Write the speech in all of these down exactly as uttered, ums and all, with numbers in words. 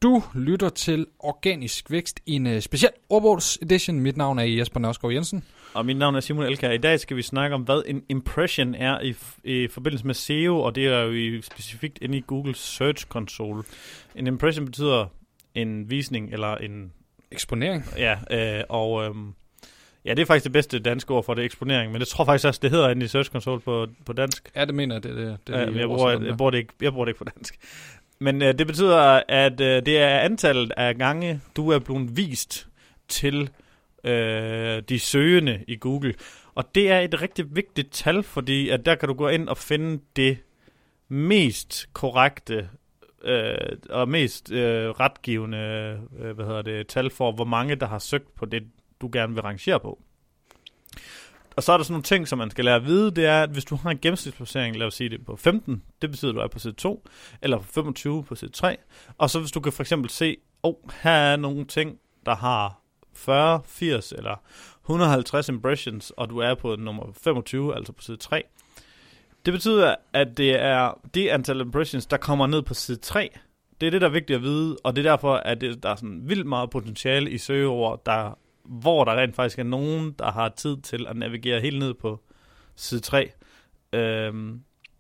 Du lytter til Organisk Vækst i en uh, speciel ordbogs-edition. Mit navn er Jesper Nørskov Jensen. Og mit navn er Simon Elkær. I dag skal vi snakke om, hvad en impression er i, i forbindelse med S E O, og det er jo i, specifikt inde i Google Search Console. En impression betyder en visning eller en... Eksponering. Ja, øh, og... Øhm, ja, det er faktisk det bedste danske ord for det, eksponering, men det tror jeg faktisk også, det hedder inde i Search Console på, på dansk. Ja, det mener jeg, det, det, det ja, er jeg, bruger, jeg, jeg, bruger det ikke, jeg bruger det ikke på dansk. Men øh, det betyder, at øh, det er antallet af gange, du er blevet vist til øh, de søgende i Google. Og det er et rigtig vigtigt tal, fordi at der kan du gå ind og finde det mest korrekte øh, og mest øh, retgivende øh, hvad hedder det, tal for, hvor mange der har søgt på det, du gerne vil rangere på. Og så er der sådan nogle ting, som man skal lære at vide, det er, at hvis du har en gennemsnitsplacering, lad os sige det på femten, det betyder, at du er på side to, eller på femogtyve på side tre, og så hvis du kan for eksempel se, åh, oh, her er nogle ting, der har fyrre, firs eller et hundrede og halvtreds impressions, og du er på nummer femogtyve, altså på side tre, det betyder, at det er det antal impressions, der kommer ned på side tre. Det er det, der er vigtigt at vide, og det er derfor, at det, der er sådan vildt meget potentiale i søgeord, der hvor der rent faktisk er nogen, der har tid til at navigere helt ned på side tre. Øhm,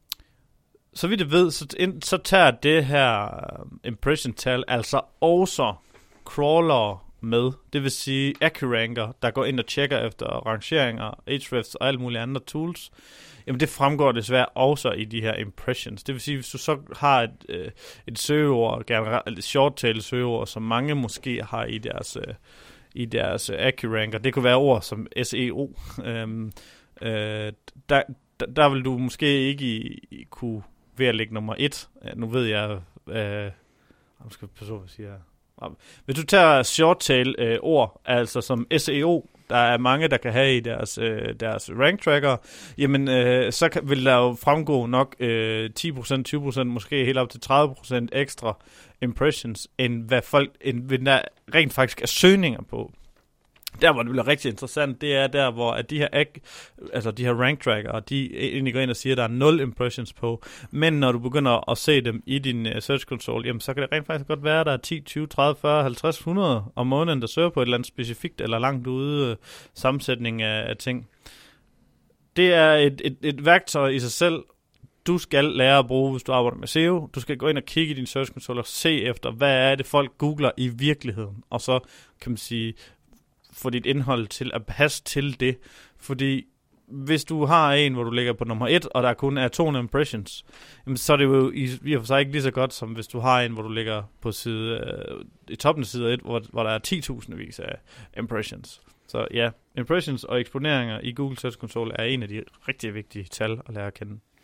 så vidt jeg ved, så, ind, så tager det her impression-tal altså også crawler med. Det vil sige AccuRanker, der går ind og tjekker efter rangeringer, Ahrefs og alle mulige andre tools. Jamen det fremgår desværre også i de her impressions. Det vil sige, hvis du så har et, øh, et søgeord, generelt et short-tail søgeord, som mange måske har i deres... Øh, i deres uh, AccuRanker. Det kunne være ord som S E O. øhm, øh, der, der, der vil du måske ikke i, i kunne ved at lægge nummer et. Uh, nu ved jeg... Øh, nu skal jeg passe, hvad siger jeg. Hvis du tager short-tail øh, ord, altså som S E O, der er mange, der kan have i deres, øh, deres rank tracker, jamen øh, så kan, vil der jo fremgå nok øh, ti procent, tyve procent, måske helt op til tredive procent ekstra impressions, end hvad folk, end hvad der rent faktisk er søgninger på. Der, hvor det bliver rigtig interessant, det er der, hvor at de her, altså de her rank tracker, de egentlig går ind og siger, at der er nul impressions på. Men når du begynder at se dem i din uh, Search Console, jamen, så kan det rent faktisk godt være, at der er ti, tyve, tredive, fyrre, halvtreds, hundrede om måneden, der søger på et eller andet specifikt eller langt ude uh, sammensætning af, af ting. Det er et, et, et værktøj i sig selv, du skal lære at bruge, hvis du arbejder med S E O. Du skal gå ind og kigge i din Search Console og se efter, hvad er det, folk googler i virkeligheden. Og så kan man sige... få dit indhold til at passe til det. Fordi hvis du har en, hvor du ligger på nummer et, og der kun er to impressions, jamen, så er det jo i, i og for sig ikke lige så godt, som hvis du har en, hvor du ligger på side, øh, i toppen af side et, hvor, hvor der er ti tusind vis af impressions. Så ja, impressions og eksponeringer i Google Search Console er en af de rigtig vigtige tal at lære at kende.